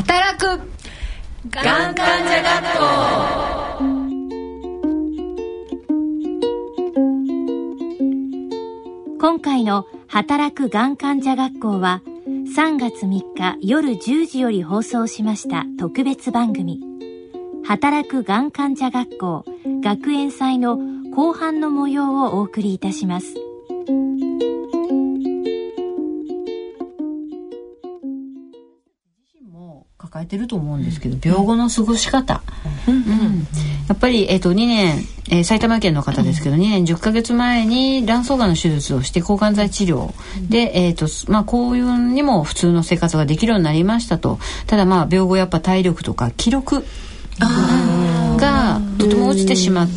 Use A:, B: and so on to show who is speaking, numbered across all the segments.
A: 働くがん患者学校。
B: 今回の働くがん患者学校は3月3日夜10時より放送しました特別番組、働くがん患者学校学園祭の後半の模様をお送りいたします。
C: 抱えてると思うんですけど、病後の過ごし方、やっぱり、2年、埼玉県の方ですけど、2年10ヶ月前に卵巣がんの手術をして抗がん剤治療で、こういうにも普通の生活ができるようになりましたと。ただ病後やっぱ体力とか気力がとても落ちてしまって、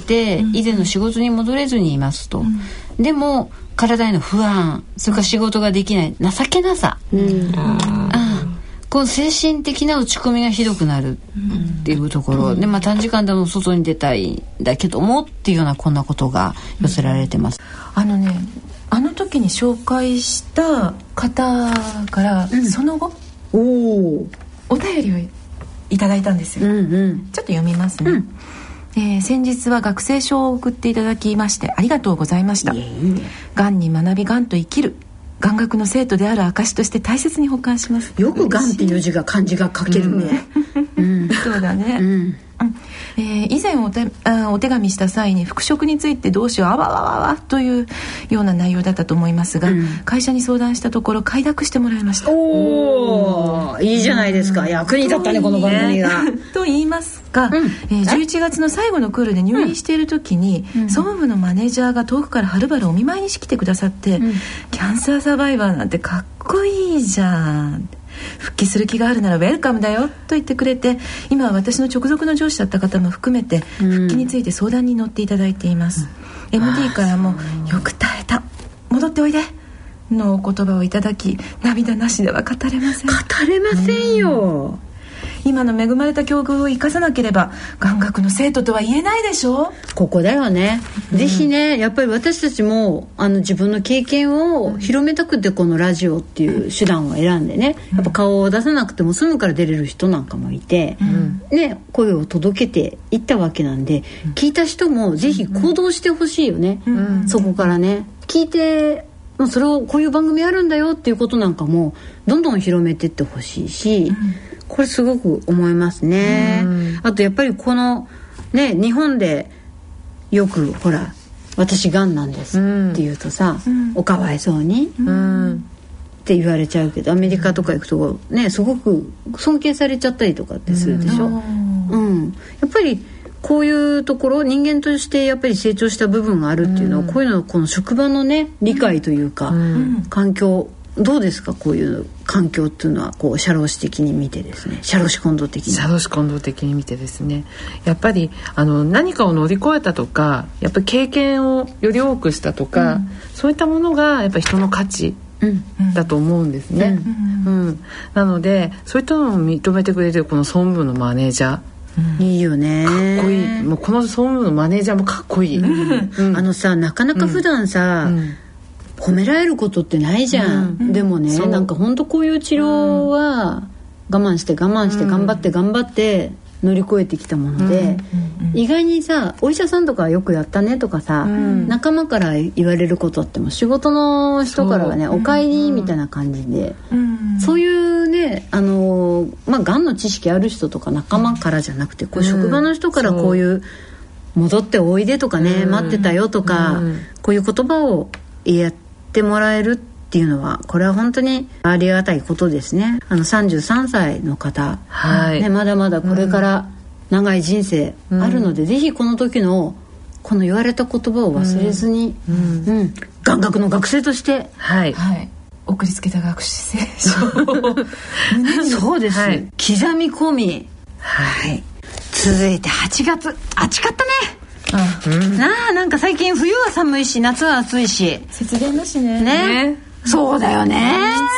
C: 以前の仕事に戻れずにいますと。でも体への不安、それから仕事ができない情けなさ、この精神的な落ち込みがひどくなるっていうところで、短時間でも外に出たいんだけどもっていうようなこんなことが寄せられてます。
D: あの時に紹介した方から、その後お便りをいただいたんですよ。ちょっと読みますね。先日は学生証を送っていただきましてありがとうございました。がんに学び、がんと生きる、がん学の生徒である証として大切に保管します。
C: よくがんっていう字が漢字が書けるね。
D: そうだね。以前お手紙した際に復職についてどうしようあわわわわというような内容だったと思いますが、会社に相談したところ快諾してもらいました。
C: いいじゃないですか。役に立ったねこの番組が。
D: と言いますが、11月の最後のクールで入院している時に、総務部のマネージャーが遠くからはるばるお見舞いにしてきてくださって、キャンサーサバイバーなんてかっこいいじゃん、復帰する気があるならウェルカムだよと言ってくれて、今は私の直属の上司だった方も含めて復帰について相談に乗っていただいています。MD からもよく耐えた、戻っておいでのお言葉をいただき、涙なしでは語れません。
C: 語れませんよ。
D: 今の恵まれた境遇を生かさなければ眼学の生徒とは言えないでしょ。
C: ここだよね。ぜひね、やっぱり私たちも自分の経験を広めたくてこのラジオっていう手段を選んでね、やっぱ顔を出さなくても済むから出れる人なんかもいて、声を届けていったわけなんで、聞いた人もぜひ行動してほしいよね。そこからね聞いて、それをこういう番組あるんだよっていうことなんかもどんどん広めてってほしいし、これすごく思いますね。あとやっぱりこのね、日本でよくほら私がんなんですって言うとさ、おかわいそうにって言われちゃうけど、アメリカとか行くとねすごく尊敬されちゃったりとかってするでしょ。やっぱりこういうところ、人間としてやっぱり成長した部分があるっていうのは、こういうのこの職場のね理解というか、環境どうですか。こういう環境っていうのはこう社労士的に見てですね、社労士混同的に
E: 見てですね、やっぱり何かを乗り越えたとか、やっぱり経験をより多くしたとか、そういったものがやっぱり人の価値だと思うんですね。なのでそういったのを認めてくれてるこの総務部のマネージャー、
C: いいよね。
E: かっこいい。もうこの総務部のマネージャーもかっこいい。
C: さ、なかなか普段さ、褒められることってないじゃん。でもね、なんか本当こういう治療は我慢して頑張って乗り越えてきたもので、意外にさ、お医者さんとかよくやったねとかさ、仲間から言われることっても仕事の人からはね、お帰りみたいな感じで、そういうね、がんの知識ある人とか仲間からじゃなくて、こう職場の人からこういう戻っておいでとかね、待ってたよとか、こういう言葉をやってもらえるっていうのは、これは本当にありがたいことですね。33歳の方、まだまだこれから長い人生あるので、ぜひこの時のこの言われた言葉を忘れずに、眼学の学生として、
D: 送りつけた学生証
C: そうです、刻み込み、続いて8月、暑かったね。なんか最近冬は寒いし夏は暑いし、
D: 節電だしね。
C: そうだよね。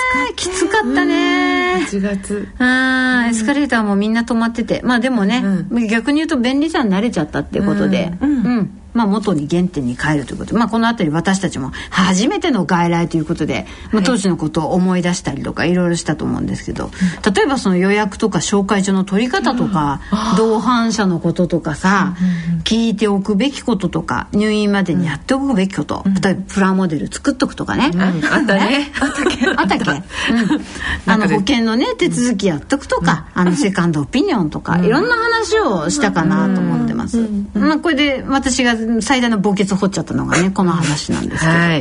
C: きつかったね。
E: 1月
C: エスカレーターもみんな止まってて、まあでもね、逆に言うと便利さに慣れちゃったっていうことで、まあ元に原点に帰るということで、まあこのあたり私たちも初めての外来ということで、まあ、当時のことを思い出したりとかいろいろしたと思うんですけど、例えばその予約とか紹介所の取り方とか、同伴者のこととかさ、聞いておくべきこととか、入院までにやっておくべきこと、例えばプラモデル作っとくとかね、
E: あったね。
C: あったっけ保険のね手続きやっとくとか、セカンドオピニオンとか、いろんな話をしたかなと思ってます。まあこれで私が最大の墓穴掘っちゃったのがねこの話なんですけど、はい、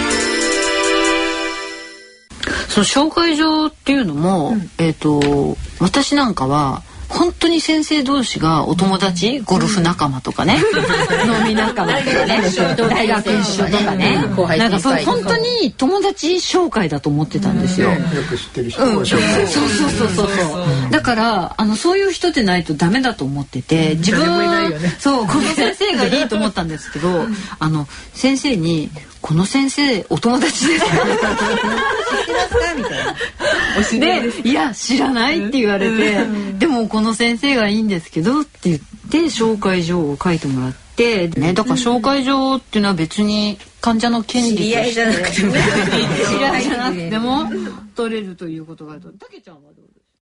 C: その紹介状っていうのも、私なんかは本当に先生同士がお友達、ゴルフ仲間とかね、飲み仲間とかね、大学一緒とかね、なんかそう本当に友達紹介だと思ってたんですよ。よく知ってる人を紹介。そうだからそういう人でないとダメだと思ってて、自分そうこの先生がいいと思ったんですけど、先生にこの先生お友達ですか知ってますかみたいなで、いや知らないって言われて、でもこの先生がいいんですけどって言って紹介状を書いてもらってね。だから紹介状っていうのは別に患者の権利として知り合いじゃなくても知り合いじゃなくても取れるということがあると。たけちゃんはどうですか？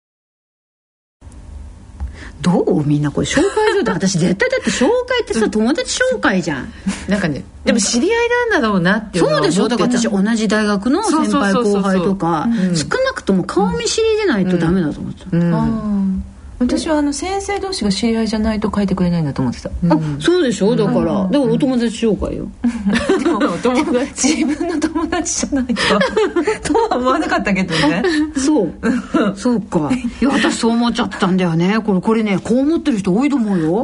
C: どう？みんなこれ紹介状って私絶対だって紹介ってさ、友達紹介じゃん。
E: なんかね、でも知り合いなんだろうなっていうのは思ってた。
C: そうでしょ。だから私同じ大学の先輩後輩とか少なくとも顔見知りでないとダメだと思ってた。
D: 私は先生同士が知り合いじゃないと書いてくれないんだと思ってた。
C: そうでしょ。だからでもお友達紹介よ。
D: でも自分の友達じゃないとは思わなかったけどね。
C: そうか。いや私そう思っちゃったんだよね。これねこう思ってる人多いと思うよ。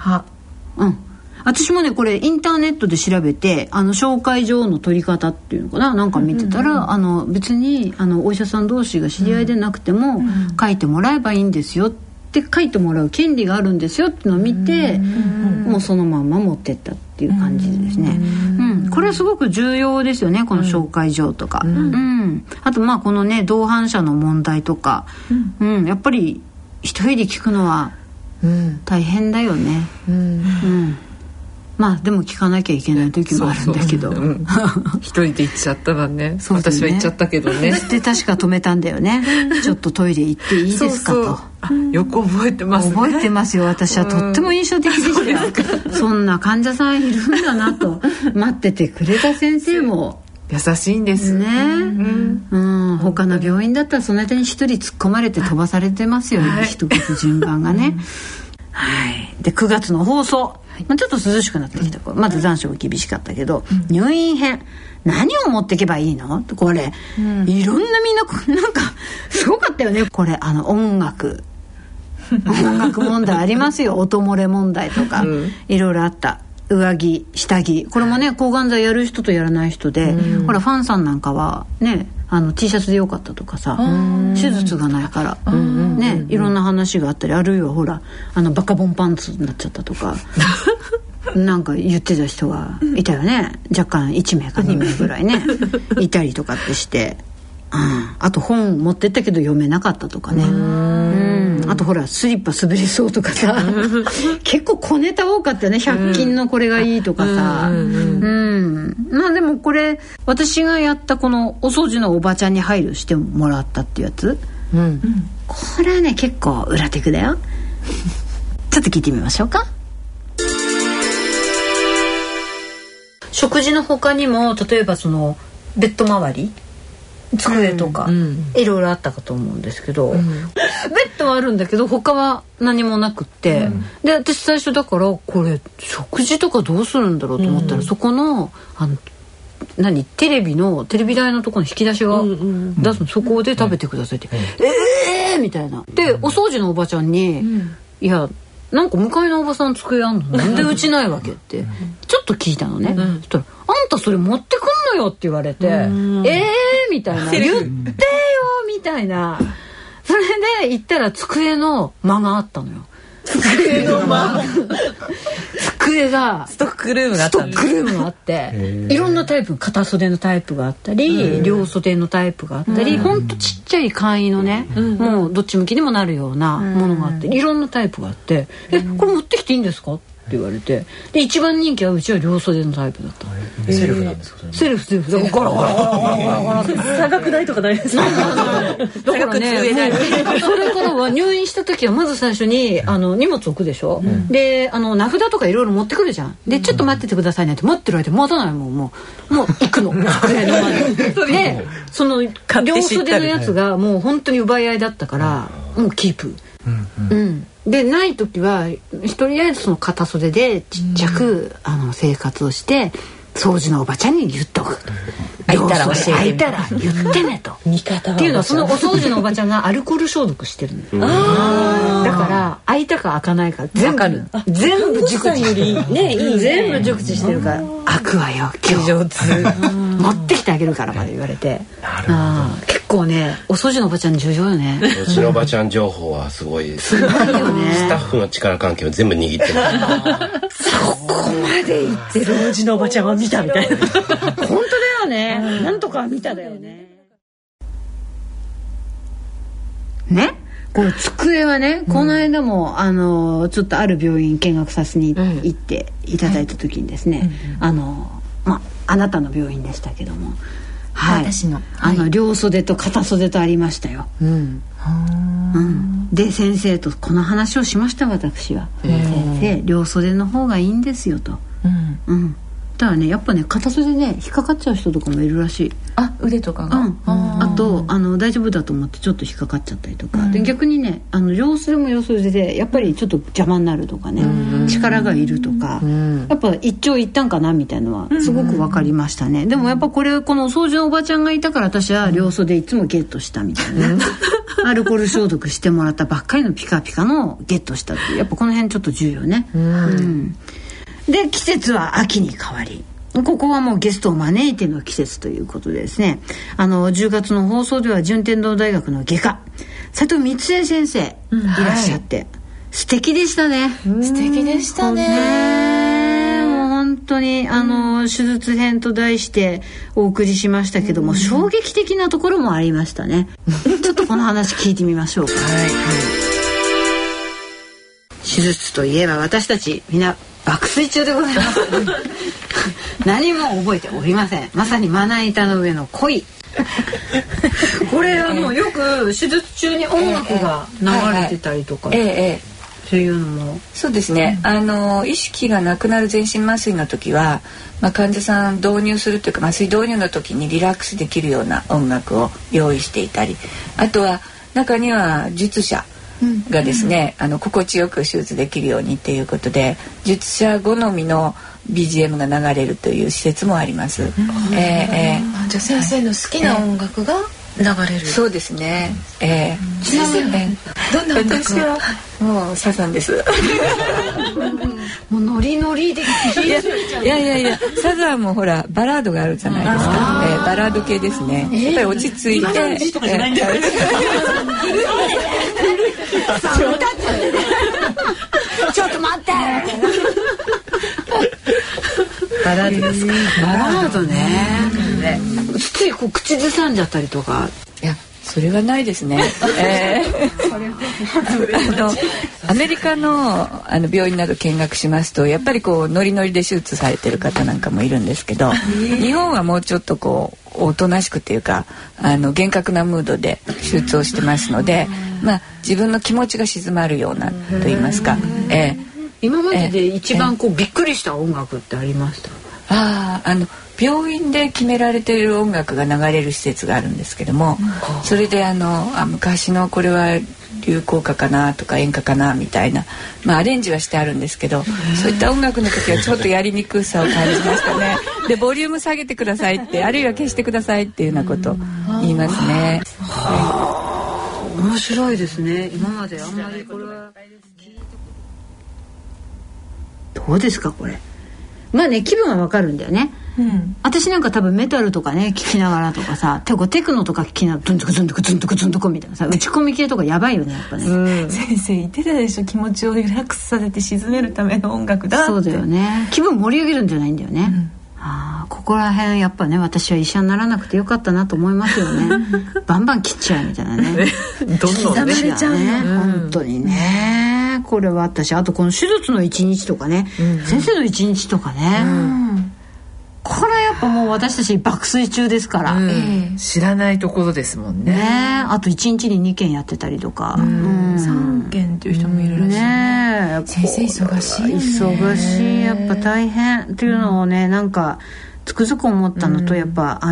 C: 私もねこれインターネットで調べて紹介状の取り方っていうのかな、なんか見てたら、別にお医者さん同士が知り合いでなくても、書いてもらえばいいんですよって書いてもらう権利があるんですよっていうのを見て、もうそのまんま持ってったっていう感じですね。これはすごく重要ですよね、この紹介状とか。あとまあこのね同伴者の問題とか、やっぱり一人で聞くのは大変だよね。まあでも聞かなきゃいけない時もあるんだけど、
E: 一人で行っちゃったらね、私は行っちゃったけどね。
C: で確か止めたんだよね。ちょっとトイレ行っていいですかと。
E: よく覚えてますね。
C: 覚えてますよ。私はとっても印象的でしたよ。そんな患者さんいるんだなと待っててくれた先生も
E: 優しいんです
C: ね。他の病院だったらその間に一人突っ込まれて飛ばされてますよね、一言順番がね。で9月の放送、ちょっと涼しくなってきた。まず残暑が厳しかったけど、入院編何を持っていけばいいの？これ、いろんなみんななんかすごかったよね。これ音楽問題ありますよ。音漏れ問題とか、いろいろあった。上着下着、これもね抗がん剤やる人とやらない人で、ほらファンさんなんかはねT シャツでよかったとかさ、手術がないからね、いろんな話があったり、あるいはほらバカボンパンツになっちゃったとかなんか言ってた人がいたよね。若干1名か2名ぐらいねいたりとかってして、あと本持ってったけど読めなかったとかね。あとほらスリッパ滑りそうとかさ結構小ネタ多かったよね。100均のこれがいいとかさ。まあでもこれ私がやったこのお掃除のおばちゃんに配慮してもらったっていうやつ、これはね結構裏テクだよ。ちょっと聞いてみましょうか。食事の他にも例えばそのベッド周り机とか、いろいろあったかと思うんですけど、ベッドはあるんだけど他は何もなくって、で私最初だからこれ食事とかどうするんだろうと思ったら、そこのテレビ台のところの引き出しが出すの、そこで食べてくださいって、みたいな。でお掃除のおばちゃんに、いやなんか向かいのおばさん机あんのなんでうちないわけってちょっと聞いたのね。そしたらあんたそれ持ってくんのよって言われて、みたいな、言ってよみたいな。それで行ったら机の間があったのよ。机机が
D: ストックルームがあったんです。
C: ストックルームがあっていろんなタイプ、片袖のタイプがあったり、両袖のタイプがあったり、ほんとちっちゃい簡易のね、もうどっち向きにもなるようなものがあって、いろんなタイプがあって「これ持ってきていいんですか?」って言われて、で一番人気はうちは両袖のタイプだった。
F: セルフなんですか？
C: セルフゴロゴロゴロゴロ
D: 差額代とかないですか？
C: だからね、それからは入院した時はまず最初に荷物置くでしょ、で名札とかいろいろ持ってくるじゃん。でちょっと待っててくださいねって待ってる間待たないもん、もう行くの机の前でその両袖のやつがもう本当に奪い合いだったからもうキープ。でない時はとりあえずその片袖でちっちゃく生活をして掃除のおばちゃんに言っとく。開いたら言ってねと。
D: 味方は
C: っていうのはそのお掃除のおばちゃんがアルコール消毒してるの。だから開いたか開かないか全部熟知してる。全部熟知してるから開くわよ今日。持ってきてあげるからまで言われて。結構ねお掃除のおばちゃん重要よね。
F: うちのおばちゃん情報はすごいです。
C: すごいよね。
F: スタッフの力関係を全部握ってます。
C: そこまで言ってる。
D: 掃除のおばちゃんは見たみたいな。
C: 本当だよね。なんとか見ただよね。ね。この机はね、この間もちょっとある病院見学させに行っていただいた時にですね、あなたの病院でしたけども、はい、
A: 私の
C: 両袖と片袖とありましたよ。で先生とこの話をしました。私は先生両袖の方がいいんですよと。ただねやっぱね片袖で引っかかっちゃう人とかもいるらしい。
D: 腕とかが、
C: あと大丈夫だと思ってちょっと引っかかっちゃったりとか、で逆にね両袖も両袖でやっぱりちょっと邪魔になるとかね、力がいるとか、やっぱ一長一短かなみたいのはすごく分かりましたね。でもやっぱこのお掃除のおばちゃんがいたから私は両袖いつもゲットしたみたいなね。アルコール消毒してもらったばっかりのピカピカのゲットしたっていう、やっぱこの辺ちょっと重要ね。で季節は秋に変わり、ここはもうゲストを招いての季節ということでですね、10月の放送では順天堂大学の外科佐藤光恵先生いらっしゃって、素敵でしたね。
A: 素敵でしたね。
C: もう本当に手術編と題してお送りしましたけども、衝撃的なところもありましたね。ちょっとこの話聞いてみましょうか。手術といえば私たちみんな爆睡中でございます。何も覚えておりません。まさにまな板の上の恋。これもうよく手術中に音楽が流れてたりとか、そういうのも
G: そうですね、意識がなくなる全身麻酔の時は、患者さん導入するというか麻酔導入の時にリラックスできるような音楽を用意していたり、あとは中には術者がですね、心地よく手術できるようにっていうことで術者好みの BGM が流れるという施設もあります。
A: じゃあ先生の好きな音楽が流れる。そうですね。ちなみにどんな音楽？
G: 私はもうサザンです。
C: もうノリノリで
G: いやサザンもほらバラードがあるじゃないですか。バラード系ですね。やっぱり落ち着いて。
C: ちょっと待って。
G: バラードですか。
C: バラードね。つい口ずさんじゃったりとか。
G: いやそれはないですね。アメリカの病院など見学しますとやっぱりノリノリで手術されてる方なんかもいるんですけど、日本はもうちょっとおとなしくっていうか厳格なムードで手術をしてますので、自分の気持ちが静まるようなと言いますか、
C: 今までで一番びっくりした音楽ってありました？
G: 病院で決められている音楽が流れる施設があるんですけども、それで昔のこれは流行歌かなとか演歌かなみたいな、アレンジはしてあるんですけど、そういった音楽の時はちょっとやりにくさを感じましたね。でボリューム下げてくださいってあるいは消してくださいっていうようなことを言いますね。
C: 面白いですね。今まであんまりこれはどうですかこれ。気分はわかるんだよね。 私なんか多分メタルとかね聞きながらとかさ、テクノとか聞きながらズントクズントクズントクズントクみたいなさ、打ち込み系とかやばいよねやっぱね。
D: 先生言ってたでしょ、気持ちをリラックスさせて沈めるための音楽だって。
C: そうだよね、気分盛り上げるんじゃないんだよね。ここら辺やっぱね、私は医者にならなくてよかったなと思いますよね。バンバン切っちゃうみたいなね。
E: どんどんね、
D: 刻まれちゃうね、
C: 本当にね。これは私、あとこの手術の1日とかね、先生の1日とかね、これやっぱもう私たち爆睡中ですから、
E: 知らないところですもんね。
C: あと1日に2件やってたりとか、
D: 3件っていう人もいるらしいね。先生忙しいよね。
C: 忙しい、やっぱ大変っていうのをね、なんかつくづく思ったのと、やっぱ現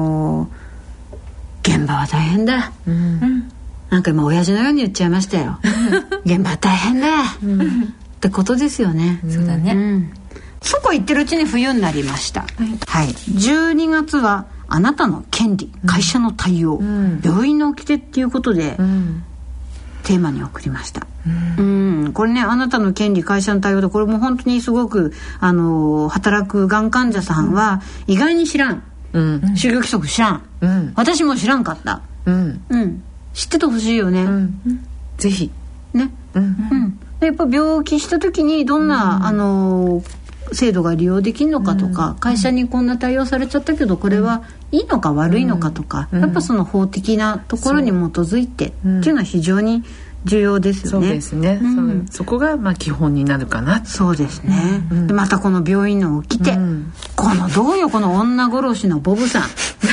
C: 場は大変だ、なんか今親父のように言っちゃいましたよ。現場は大変だ、ってことですよね。
D: そうだね。
C: そこ行ってるうちに冬になりました。12月はあなたの権利、会社の対応、病院の掟っていうことで、テーマに送りました。これね、あなたの権利、会社の対応で、これも本当にすごく働くがん患者さんは意外に知らん、就業規則知らん、私も知らんかった、知っててほしいよね、
E: ぜひ
C: ね。やっぱ病気した時にどんな、制度が利用できるのかとか、会社にこんな対応されちゃったけどこれはいいのか悪いのかとか、やっぱその法的なところに基づいてっていうのは非常に重要ですよね。
E: そうですね、そこが基本になるかな。
C: そうですね、でまたこの病院の掟、このどうよこの女殺しのボブさん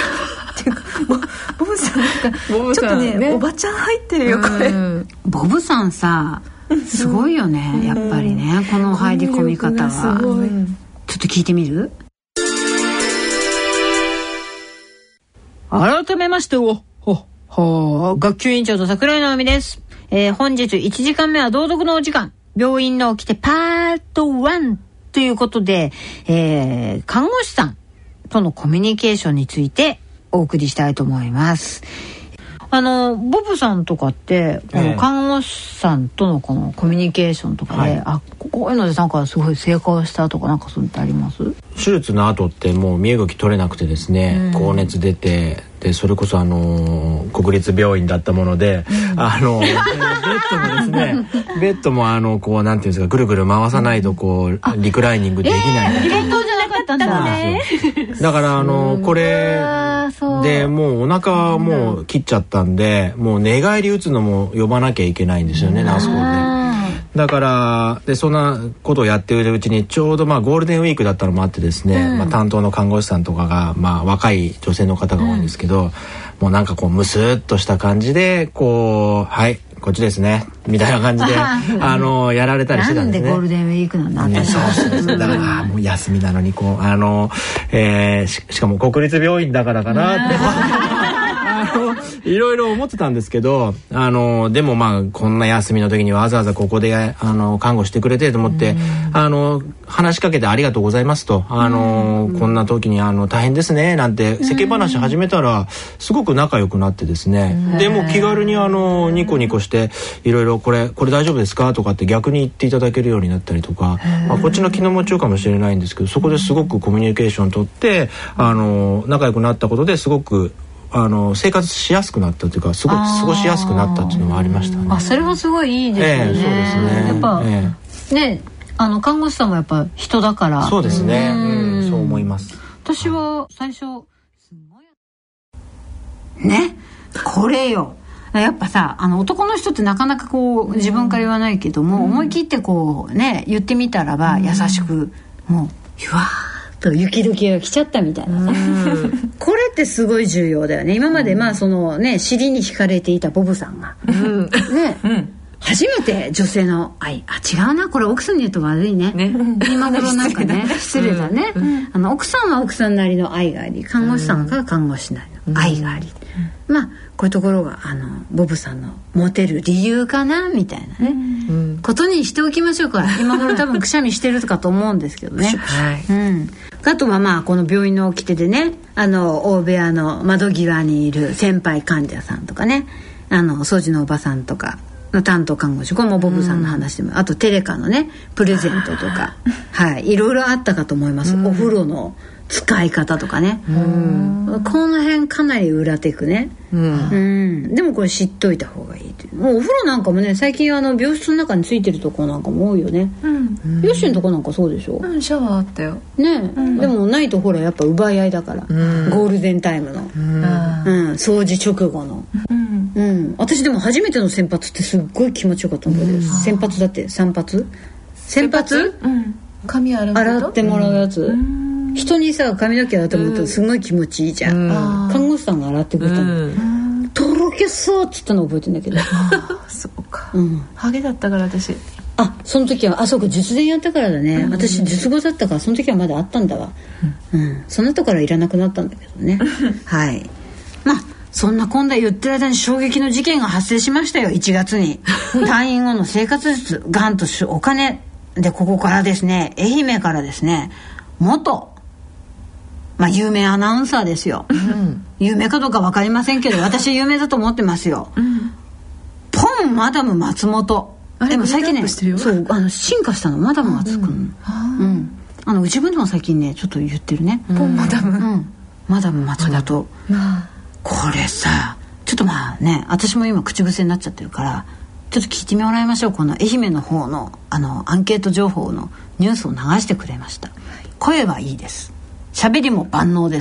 D: ボブさんなんかちょっとね、おばちゃん入ってるよこれ。
C: ボブさんさすごいよね、やっぱりね、この入り込み方は。ちょっと聞いてみる？改めまして学級委員長の桜井直美です。本日1時間目は道徳のお時間、病院の掟パート1ということで、看護師さんとのコミュニケーションについてお送りしたいと思います。ボブさんとかって、この看護師さんとのこのコミュニケーションとかで、こういうのでなんかすごい成功したとか、なんかそういうのってあります？
F: 手術の後ってもう身動き取れなくてですね、高熱出て、でそれこそ国立病院だったもので、ベッドもですね、ベッドもこうなんていうんですか、ぐるぐる回さないとこうリクライニングできない。
C: 電動じゃなかったんだね。
F: だからこれでもうお腹はもう切っちゃったんで、もう寝返り打つのも呼ばなきゃいけないんですよね、ナースコールで。だからでそんなことをやっているうちにちょうどゴールデンウィークだったのもあってですね、担当の看護師さんとかが若い女性の方が多いんですけど、もうなんかこうムスッとした感じでこうはいこっちですねみたいな感じでやられたりしてたんですね。
C: なんでゴールデンウィークなんだ、
F: そうだからもう休みなのにこうしかも国立病院だからかなっていろいろ思ってたんですけど、でもこんな休みの時にわざわざここで看護してくれてと思って、話しかけてありがとうございますと、こんな時に大変ですねなんて世間話始めたらすごく仲良くなってですね、でも気軽にニコニコしていろいろこれ大丈夫ですかとかって逆に言っていただけるようになったりとか、こっちの気の持ちようかもしれないんですけど、そこですごくコミュニケーション取って仲良くなったことですごく生活しやすくなったというか、すごく過ごしやすくなったっていうのもありましたね。
C: それはすごいいいですよね。
F: そうですね。
C: やっぱ、ね、看護師さんもやっぱ人だから。
F: そうですね。そう思います。
C: 私は最初すごいね、これよ。やっぱさ、男の人ってなかなかこう自分から言わないけども、思い切ってこうね言ってみたらば優しく、もうゆわー雪解けが来ちゃったみたいなこれってすごい重要だよね。今までそのね尻に惹かれていたボブさんが、初めて女性の愛、違うな、これ奥さんに言うと悪いね今頃なんかね失礼だね、奥さんは奥さんなりの愛があり、看護師さんが看護師なりの愛があり、こういうところがボブさんのモテる理由かなみたいなね、ことにしておきましょうか。今頃多分くしゃみしてるとかと思うんですけどねあとはこの病院の掟でね、大部屋の窓際にいる先輩患者さんとかね、掃除のおばさんとかの担当看護師、これもボブさんの話でも、あとテレカのねプレゼントとか、はい、いろいろあったかと思います。お風呂の使い方とかね、この辺かなり裏テクね、でもこれ知っといた方がいいという。もうお風呂なんかもね、最近病室の中についてるとこなんかも多いよね。ヨッシーのとこなんかそうでしょ。
D: シャワーあったよ
C: ね、でもないとほらやっぱ奪い合いだから、ゴールデンタイムの、掃除直後の、私でも初めての洗髪ってすっごい気持ちよかったんだけど、洗髪だって洗髪
D: 髪
C: 洗ってもらうやつ、人にさ髪の毛洗ってもらうとすごい気持ちいいじゃん、看護師さんが洗ってくれたの、とろけそうって言ったの覚えてんだけど
D: そうか、ハゲだったから私。
C: その時はそうか、術前やったからだね、私術後だったからその時はまだあったんだわ、その後からいらなくなったんだけどねはい、そんなこんな言ってる間に衝撃の事件が発生しましたよ。1月に退院後の生活術、がんとお金で、ここからですね、愛媛からですね、元有名アナウンサーですよ、有名かどうか分かりませんけど私は有名だと思ってますよ、ポンマダム松本。でも最近ね、そう進化したの、マダムがつくの、自分でも最近ねちょっと言ってるね、
D: ポンマダム、
C: マダム松本、これさ、ちょっと私も今口癖になっちゃってるからちょっと聞いてもらいましょう。この愛媛の方のアンケート情報のニュースを流してくれました。声はいいです、喋りも万能です、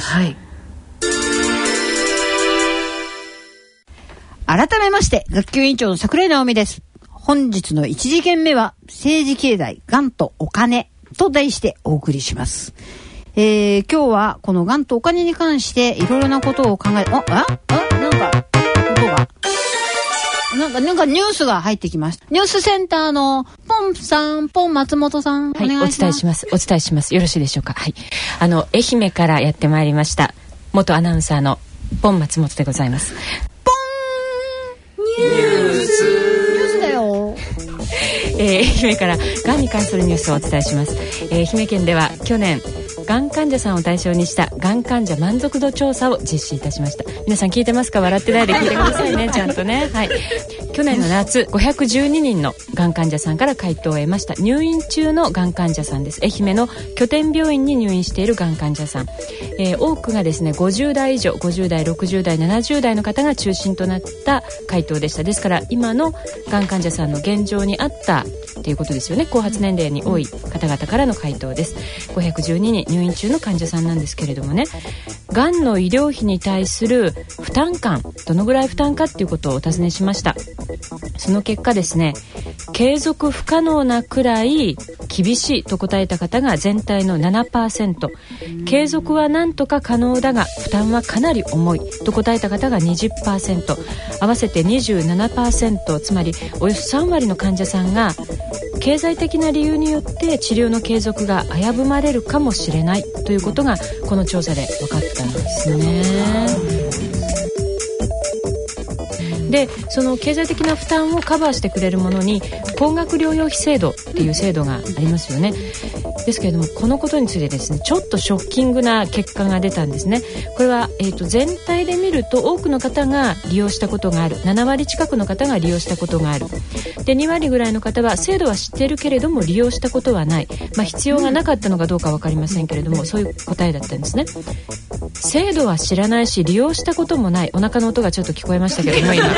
C: 改めまして学級委員長の櫻井直美です。本日の1次元目は政治経済がんとお金と題してお送りします。今日はこのがんとお金に関していろいろなことを考え、なんかニュースが入ってきました。ニュースセンターのポン松本さん、お願いします。
H: お伝えします。よろしいでしょうか。はい。愛媛からやってまいりました元アナウンサーのポン松本でございます。
C: ポンニュースだよ。
H: 愛媛からがんに関するニュースをお伝えします。愛媛県では去年がん患者さんを対象にしたがん患者満足度調査を実施いたしました。皆さん聞いてますか？笑ってないで聞いてくださいねちゃんとね。はい。去年の夏512人のがん患者さんから回答を得ました。入院中のがん患者さんです。愛媛の拠点病院に入院しているがん患者さん、多くがですね50代以上、50代60代70代の方が中心となった回答でした。ですから今のがん患者さんの現状に合ったということですよね。後発年齢に多い方々からの回答です。512人入院中の患者さんなんですけれどもね、がんの医療費に対する負担感、どのぐらい負担かっていうことをお尋ねしました。その結果ですね、継続不可能なくらい厳しいと答えた方が全体の 7%、 継続はなんとか可能だが負担はかなり重いと答えた方が 20%、 合わせて 27%、 つまりおよそ3割の患者さんが経済的な理由によって治療の継続が危ぶまれるかもしれないということがこの調査で分かったんですね。で、その経済的な負担をカバーしてくれるものに高額療養費制度っていう制度がありますよね。ですけれども、このことについてですね、ちょっとショッキングな結果が出たんですね。これは、全体で見ると多くの方が利用したことがある、7割近くの方が利用したことがある。で、2割ぐらいの方は制度は知っているけれども利用したことはない、必要がなかったのかどうか分かりませんけれども、そういう答えだったんですね。制度は知らないし利用したこともない。お腹の音がちょっと聞こえましたけれども今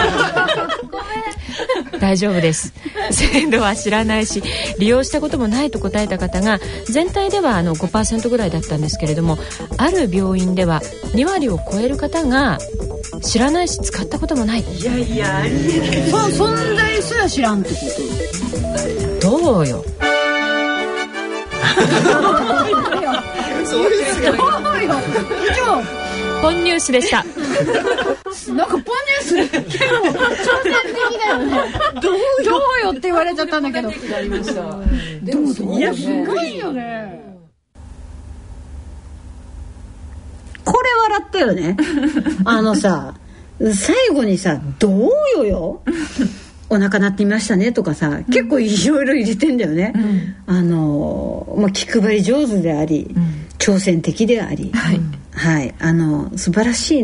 H: 大丈夫です。制度は知らないし利用したこともないと答えた方が全体では5% ぐらいだったんですけれども、ある病院では2割を超える方が知らないし使ったこともない。
C: いやいや、存在すら知らんってこと？
H: どうよ
C: そうですよ。以上
H: ポンニュースでした。
C: なんかポンニュース結構挑戦的だよね。どうよって言われちゃったんだけど。でもいやすごいよね。これ笑ったよね。さ、最後にさ、どうよお腹鳴ってみましたねとかさ、結構いろいろ入れてんだよね。気配り上手であり、挑戦的であり、はい、素晴らしいなっ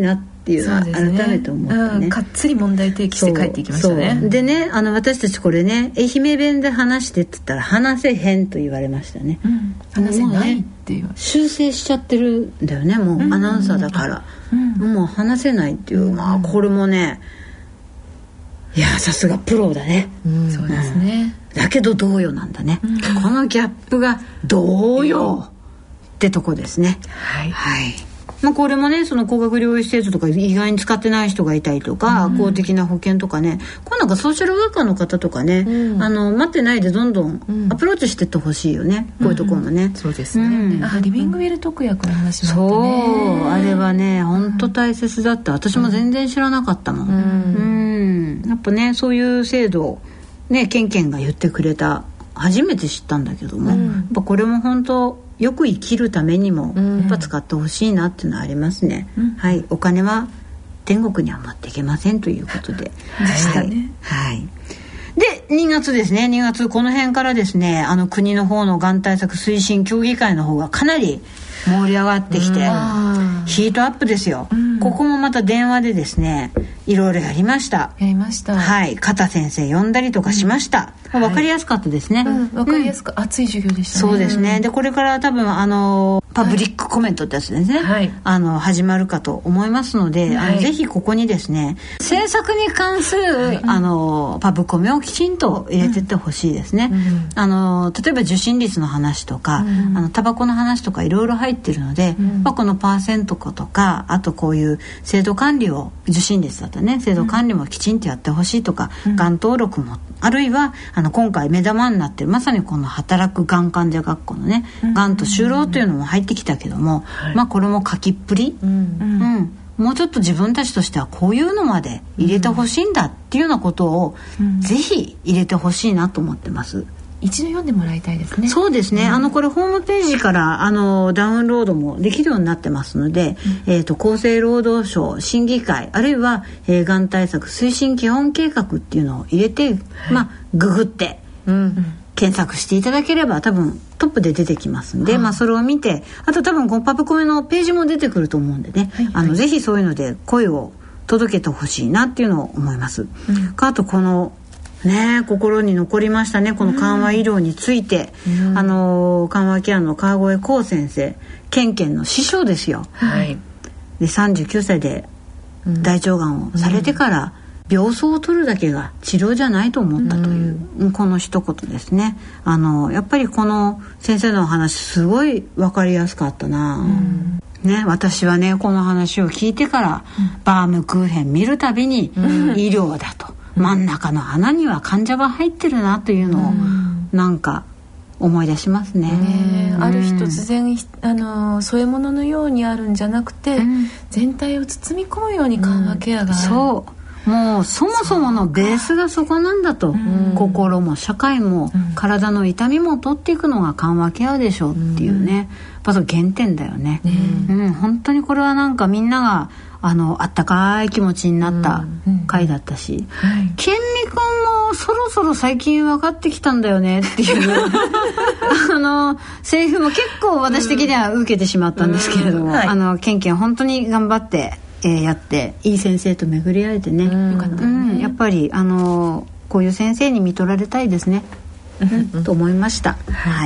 C: っていうのは改めて思ったね。
D: かっつり問題提起して帰っていきましたね。
C: そうでね、私たちこれね、愛媛弁で話してって言ったら話せへんと言われましたね。
D: 話せないっていう、
C: 修正しちゃってるんだよね、もうアナウンサーだから、もう話せないっていう、まあこれもね、いやさすがプロだね。
D: そうですね。
C: だけど同様なんだね。このギャップが同様ってとこですね。はい。まあ、これもね、その高額療養施設とか意外に使ってない人がいたりとか、公的な保険とかね、こうなんかソーシャルワーカーの方とかね、待ってないでどんどんアプローチしてってほしいよね、こういうところもね。
D: そうですね。リビングウェル特約の話もあってね。
C: そう、あれはね本当大切だった。私も全然知らなかったもん。やっぱね、そういう制度ね、ケンケンが言ってくれた、初めて知ったんだけども、やっぱこれも本当よく生きるためにもやっぱ使ってほしいなっていうのはありますね。はい、お金は天国には持っていけませんということで。
D: でしたね。
C: はい。で2月ですね、2月この辺からですね、国の方のがん対策推進協議会の方がかなり盛り上がってきて、ヒートアップですよ。ここもまた電話でですね、いろいろやりました。はい、片先生呼んだりとかしました。分かりやすかったですね。
D: 分かりやすく熱い授業でしたね。
C: そうですね。でこれから多分パブリックコメントってやつですね、始まるかと思いますので、ぜひここにですね、政策に関する、パブコメをきちんと入れてってほしいですね。例えば受診率の話とか、タバコの話とかいろいろ入ってるので、このパーセントとか、あとこういう制度管理を、受診率だったね、制度管理もきちんとやってほしいとか、がん登録も、あるいは今回目玉になってるまさにこの働くがん患者学校のね、がんと就労というのも入ってきたけども、まあこれも書きっぷり、もうちょっと自分たちとしてはこういうのまで入れてほしいんだっていうようなことを、ぜひ入れてほしいなと思ってます。
D: 一度読んでもらいたいですね。
C: そうですね、これホームページからダウンロードもできるようになってますので、厚生労働省審議会、あるいは、がん対策推進基本計画っていうのを入れて、ググって、検索していただければ多分トップで出てきますんで、それを見て、あと多分このパブコメのページも出てくると思うんでね、ぜひそういうので声を届けてほしいなっていうのを思います。あとこのね、心に残りましたね、この緩和医療について、緩和ケアの川越光先生、ケンケンの師匠ですよ。で39歳で大腸がんをされてから、病巣を取るだけが治療じゃないと思ったという、この一言ですね。やっぱりこの先生のお話すごい分かりやすかったな、ね、私はねこの話を聞いてから、バームクーヘン見るたびに、医療だと、真ん中の穴には患者が入ってるなというのを、なんか思い出しますね。
D: ある日突然添え物のようにあるんじゃなくて、全体を包み込むように緩和ケアがある。
C: そうもうそもそものベースがそこなんだと、心も社会も、体の痛みも取っていくのが緩和ケアでしょうっていうね、やっぱ原点だよね。本当にこれはなんかみんながあったかい気持ちになった回だったし、ケンミ君もそろそろ最近分かってきたんだよねっていうセリフも結構私的には受けてしまったんですけれども、ケンケン本当に頑張ってやっていい先生と巡り合えてね、よかったね。やっぱりこういう先生に見とられたいですね、と思いました。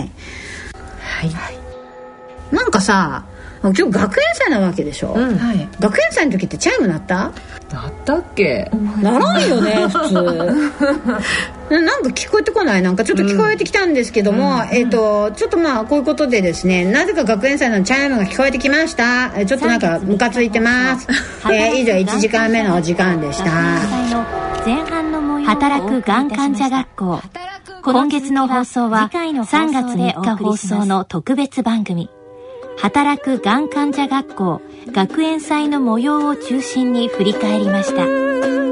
C: なんかさ、今日学園祭なわけでしょ、学園祭の時ってチャイム鳴った？
E: 鳴ったっけ？
C: 鳴らんよね普通なんか聞こえてこない？なんかちょっと聞こえてきたんですけども、ちょっとこういうことでですね、なぜか学園祭のチャイムが聞こえてきました。ちょっとなんかムカついてます。以上1時間目のお時間でした。
B: 働くがん患者学校、今月の放送は3月3日放送の特別番組、働くがん患者学校学園祭の模様を中心に振り返りました。